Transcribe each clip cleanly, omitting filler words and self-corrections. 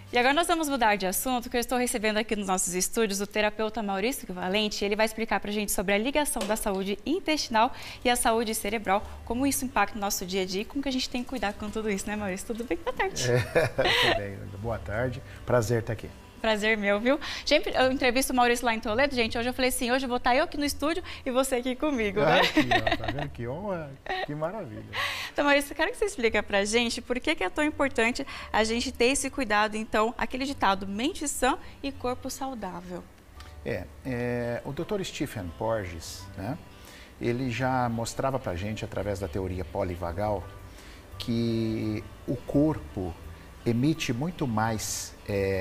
E agora nós vamos mudar de assunto, que eu estou recebendo aqui nos nossos estúdios o terapeuta Maurício Valente. Ele vai explicar para a gente sobre a ligação da saúde intestinal e a saúde cerebral, como isso impacta no nosso dia a dia e como que a gente tem que cuidar com tudo isso, né, Maurício? Tudo bem? Boa tarde. Tudo bem, boa tarde. Prazer estar aqui. Prazer meu, viu? Sempre eu entrevisto o Maurício lá em Toledo, gente. Hoje eu falei assim, hoje eu vou estar eu aqui no estúdio e você aqui comigo, né? Aqui, ó, tá vendo? Que honra, que maravilha. Então, Maurício, eu quero que você explique pra gente por que é tão importante a gente ter esse cuidado, então, aquele ditado, mente sã e corpo saudável. O Dr. Stephen Porges, né? Ele já mostrava pra gente, através da teoria polivagal, que o corpo emite muito mais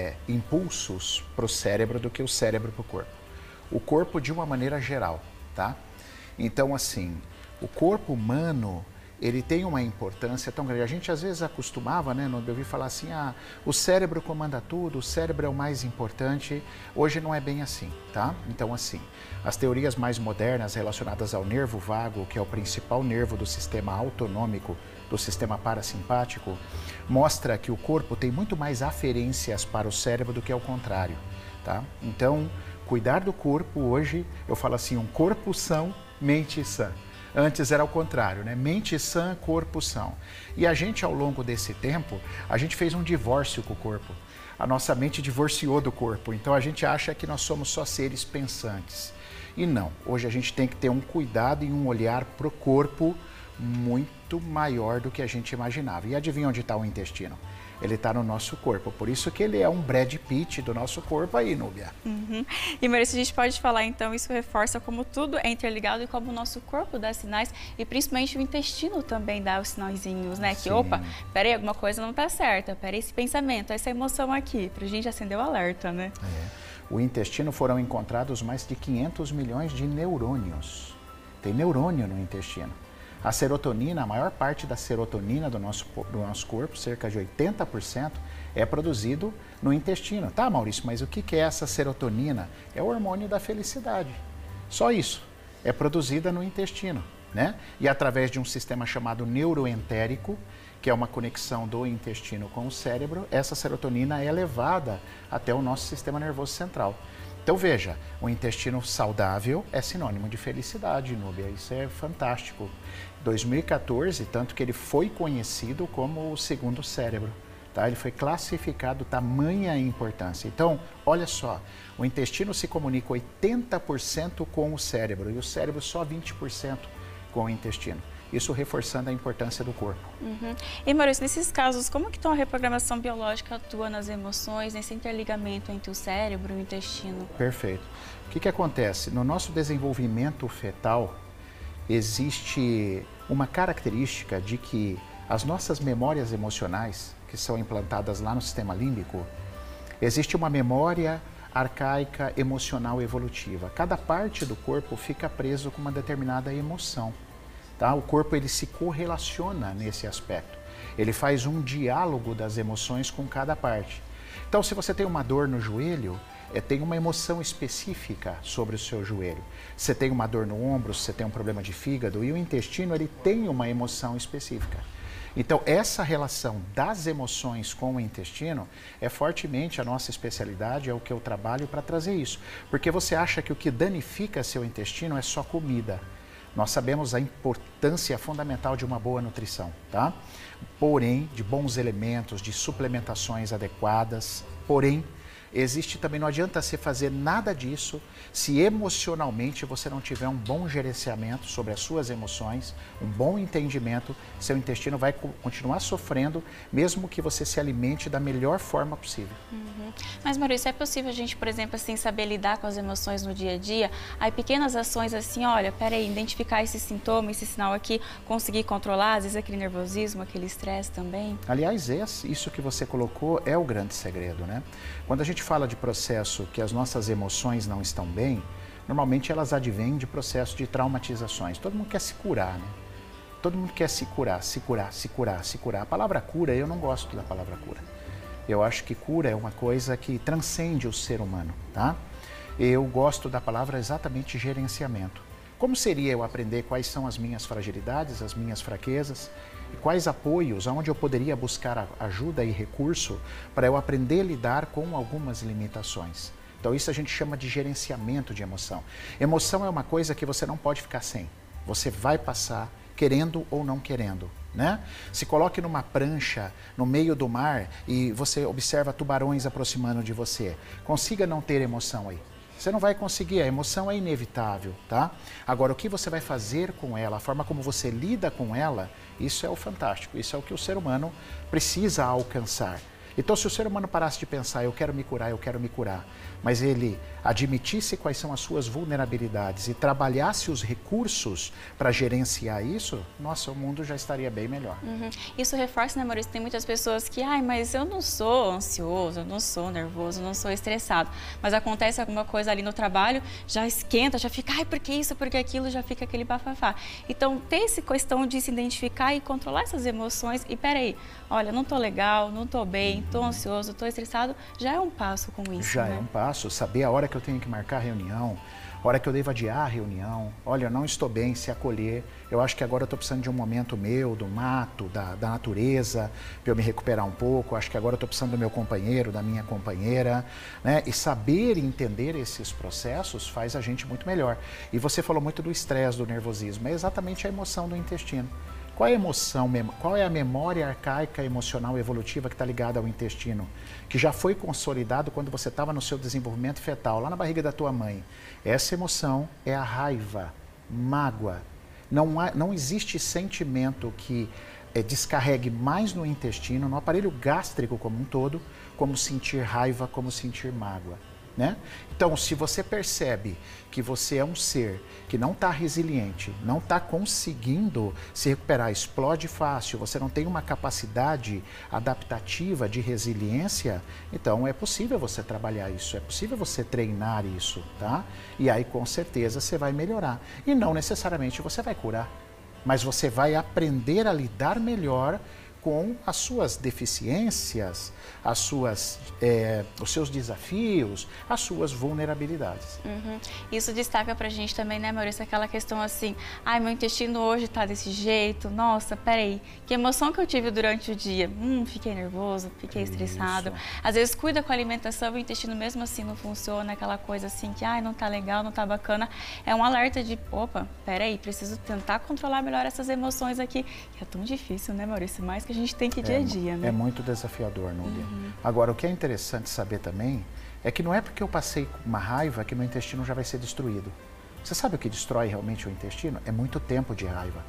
impulsos para o cérebro do que o cérebro para o corpo. O corpo de uma maneira geral, tá? Então, assim, o corpo humano, ele tem uma importância tão grande. A gente às vezes acostumava, né, de ouvir falar assim, o cérebro comanda tudo, o cérebro é o mais importante. Hoje não é bem assim, tá? Então, assim, as teorias mais modernas relacionadas ao nervo vago, que é o principal nervo do sistema autonômico, do sistema parasimpático, mostra que o corpo tem muito mais aferências para o cérebro do que ao contrário, tá? Então, cuidar do corpo hoje, eu falo assim, um corpo são, mente sã. Antes era o contrário, né? Mente sã, corpo são. E a gente, ao longo desse tempo, a gente fez um divórcio com o corpo. A nossa mente divorciou do corpo, então a gente acha que nós somos só seres pensantes. E não, hoje a gente tem que ter um cuidado e um olhar para o corpo muito maior do que a gente imaginava. E adivinha onde está o intestino? Ele está no nosso corpo, por isso que ele é um Brad Pitt do nosso corpo aí, Núbia. E Maurício, a gente pode falar então, isso reforça como tudo é interligado e como o nosso corpo dá sinais e principalmente o intestino também dá os sinaizinhos, né? Que opa, peraí, alguma coisa não está certa, peraí, esse pensamento, essa emoção aqui, pra gente acender o alerta, né? O intestino foram encontrados mais de 500 milhões de neurônios. Tem neurônio no intestino. A serotonina, a maior parte da serotonina do nosso corpo, cerca de 80%, é produzido no intestino. Tá, Maurício, mas o que é essa serotonina? É o hormônio da felicidade. Só isso. É produzida no intestino, né? E através de um sistema chamado neuroentérico, que é uma conexão do intestino com o cérebro, essa serotonina é levada até o nosso sistema nervoso central. Então veja, o intestino saudável é sinônimo de felicidade, Núbia, isso é fantástico. 2014, tanto que ele foi conhecido como o segundo cérebro, tá? Ele foi classificado, tamanha importância. Então, olha só, o intestino se comunica 80% com o cérebro e o cérebro só 20% com o intestino. Isso reforçando a importância do corpo. E Maurício, nesses casos, como que então a reprogramação biológica atua nas emoções, nesse interligamento entre o cérebro e o intestino? Perfeito. O que acontece? No nosso desenvolvimento fetal, existe uma característica de que as nossas memórias emocionais, que são implantadas lá no sistema límbico, existe uma memória arcaica, emocional, evolutiva. Cada parte do corpo fica preso com uma determinada emoção. Tá? O corpo ele se correlaciona nesse aspecto. Ele faz um diálogo das emoções com cada parte. Então, se você tem uma dor no joelho, tem uma emoção específica sobre o seu joelho. Você tem uma dor no ombro, você tem um problema de fígado, e o intestino ele tem uma emoção específica. Então, essa relação das emoções com o intestino é fortemente a nossa especialidade, é o que eu trabalho para trazer isso. Porque você acha que o que danifica seu intestino é só comida. Nós sabemos a importância fundamental de uma boa nutrição, tá? Porém, de bons elementos, de suplementações adequadas, porém, existe também, não adianta você fazer nada disso se emocionalmente você não tiver um bom gerenciamento sobre as suas emoções, um bom entendimento, seu intestino vai continuar sofrendo, mesmo que você se alimente da melhor forma possível. Mas, Maurício, é possível a gente, por exemplo, assim, saber lidar com as emoções no dia a dia? Aí pequenas ações assim, olha, peraí, identificar esse sintoma, esse sinal aqui, conseguir controlar, às vezes aquele nervosismo, aquele estresse também? Aliás, isso que você colocou é o grande segredo, né? Quando a gente fala de processo que as nossas emoções não estão bem, normalmente elas advêm de processo de traumatizações. Todo mundo quer se curar, né? Todo mundo quer se curar, se curar, se curar, se curar. A palavra cura, eu não gosto da palavra cura. Eu acho que cura é uma coisa que transcende o ser humano, tá? Eu gosto da palavra exatamente gerenciamento. Como seria eu aprender quais são as minhas fragilidades, as minhas fraquezas, e quais apoios, aonde eu poderia buscar ajuda e recurso para eu aprender a lidar com algumas limitações. Então isso a gente chama de gerenciamento de emoção. Emoção é uma coisa que você não pode ficar sem. Você vai passar, querendo ou não querendo, né? Se coloque numa prancha no meio do mar e você observa tubarões aproximando de você. Consiga não ter emoção aí. Você não vai conseguir, a emoção é inevitável, tá? Agora, o que você vai fazer com ela, a forma como você lida com ela, isso é o fantástico, isso é o que o ser humano precisa alcançar. Então, se o ser humano parasse de pensar, eu quero me curar, mas ele admitisse quais são as suas vulnerabilidades e trabalhasse os recursos para gerenciar isso, nossa, o mundo já estaria bem melhor. Isso reforça, né, Maurício? Tem muitas pessoas que, mas eu não sou ansioso, eu não sou nervoso, eu não sou estressado. Mas acontece alguma coisa ali no trabalho, já esquenta, já fica, por que isso, por que aquilo, já fica aquele bafafá. Então, ter essa questão de se identificar e controlar essas emoções. E peraí, olha, não tô legal, não tô bem, tô ansioso, tô estressado, já é um passo com isso, Já né? é um passo, saber a hora que eu tenho que marcar a reunião, a hora que eu devo adiar a reunião. Olha, eu não estou bem, se acolher. Eu acho que agora eu estou precisando de um momento meu, do mato, da natureza, para eu me recuperar um pouco. Acho que agora eu estou precisando do meu companheiro, da minha companheira, né? E saber e entender esses processos faz a gente muito melhor. E você falou muito do estresse, do nervosismo. É exatamente a emoção do intestino. Qual é a emoção, qual é a memória arcaica, emocional, evolutiva que está ligada ao intestino? Que já foi consolidado quando você estava no seu desenvolvimento fetal, lá na barriga da tua mãe. Essa emoção é a raiva, mágoa. Não existe sentimento que descarregue mais no intestino, no aparelho gástrico como um todo, como sentir raiva, como sentir mágoa. Né? Então, se você percebe que você é um ser que não está resiliente, não está conseguindo se recuperar, explode fácil, você não tem uma capacidade adaptativa de resiliência, então é possível você trabalhar isso, é possível você treinar isso, tá? E aí com certeza você vai melhorar. E não necessariamente você vai curar, mas você vai aprender a lidar melhor com as suas deficiências, os seus desafios, as suas vulnerabilidades. Isso destaca pra gente também, né, Maurício, aquela questão assim, meu intestino hoje tá desse jeito, nossa, peraí, que emoção que eu tive durante o dia? Fiquei nervoso, fiquei estressado. Às vezes cuida com a alimentação, o intestino mesmo assim não funciona, aquela coisa assim que, não tá legal, não tá bacana. É um alerta de, opa, peraí, preciso tentar controlar melhor essas emoções aqui, que é tão difícil, né, Maurício, mais que a gente tem que dia a dia, né? É muito desafiador, Núbia. Agora, o que é interessante saber também é que não é porque eu passei uma raiva que meu intestino já vai ser destruído. Você sabe o que destrói realmente o intestino? É muito tempo de raiva,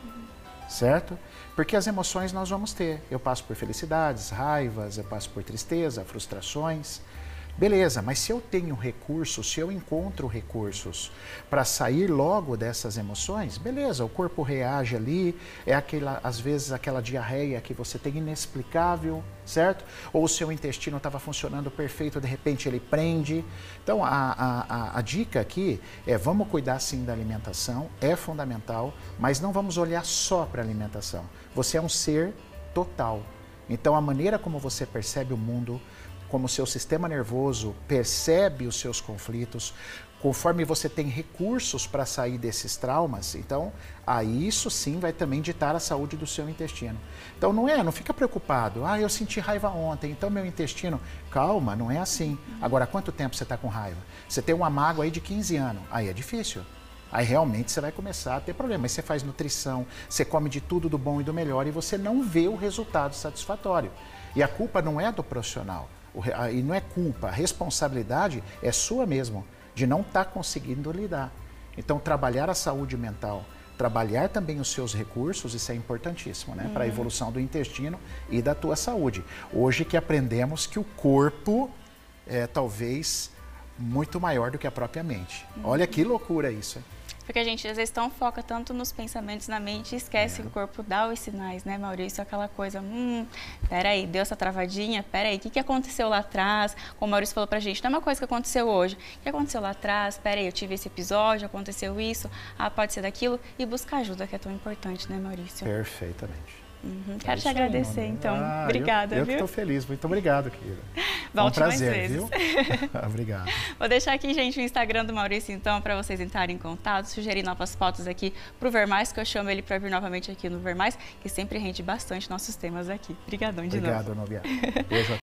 certo? Porque as emoções nós vamos ter. Eu passo por felicidades, raivas, eu passo por tristeza, frustrações. Beleza, mas se eu tenho recursos, se eu encontro recursos para sair logo dessas emoções, beleza, o corpo reage ali, às vezes aquela diarreia que você tem inexplicável, certo? Ou o seu intestino estava funcionando perfeito, de repente ele prende. Então a dica aqui é vamos cuidar sim da alimentação, é fundamental, mas não vamos olhar só para a alimentação. Você é um ser total. Então a maneira como você percebe o mundo, como o seu sistema nervoso percebe os seus conflitos, conforme você tem recursos para sair desses traumas, então, isso sim vai também ditar a saúde do seu intestino. Então, não fica preocupado, eu senti raiva ontem, então meu intestino... Calma, não é assim. Agora, há quanto tempo você está com raiva? Você tem uma mágoa aí de 15 anos, aí é difícil. Aí realmente você vai começar a ter problema. Aí você faz nutrição, você come de tudo do bom e do melhor e você não vê o resultado satisfatório. E a culpa não é do profissional. E não é culpa, a responsabilidade é sua mesmo, de não estar conseguindo lidar. Então, trabalhar a saúde mental, trabalhar também os seus recursos, isso é importantíssimo, né? Para a evolução do intestino e da tua saúde. Hoje que aprendemos que o corpo é talvez muito maior do que a própria mente. Olha que loucura isso, hein? Porque a gente às vezes foca tanto nos pensamentos na mente e esquece que o corpo dá os sinais, né, Maurício? Aquela coisa, peraí, deu essa travadinha, peraí, o que aconteceu lá atrás? Como o Maurício falou pra gente, não é uma coisa que aconteceu hoje. O que aconteceu lá atrás? Peraí, eu tive esse episódio, aconteceu isso, pode ser daquilo. E buscar ajuda, que é tão importante, né, Maurício? Perfeitamente. Quero te agradecer, então. Obrigada, eu viu? Eu que estou feliz. Muito obrigado, querida. Volte mais prazer, vezes. Viu? Obrigado. Vou deixar aqui, gente, o Instagram do Maurício, então, para vocês entrarem em contato, sugerir novas pautas aqui para o Ver Mais, que eu chamo ele para vir novamente aqui no Ver Mais, que sempre rende bastante nossos temas aqui. Obrigadão de novo. Obrigado, Novia. Beijo a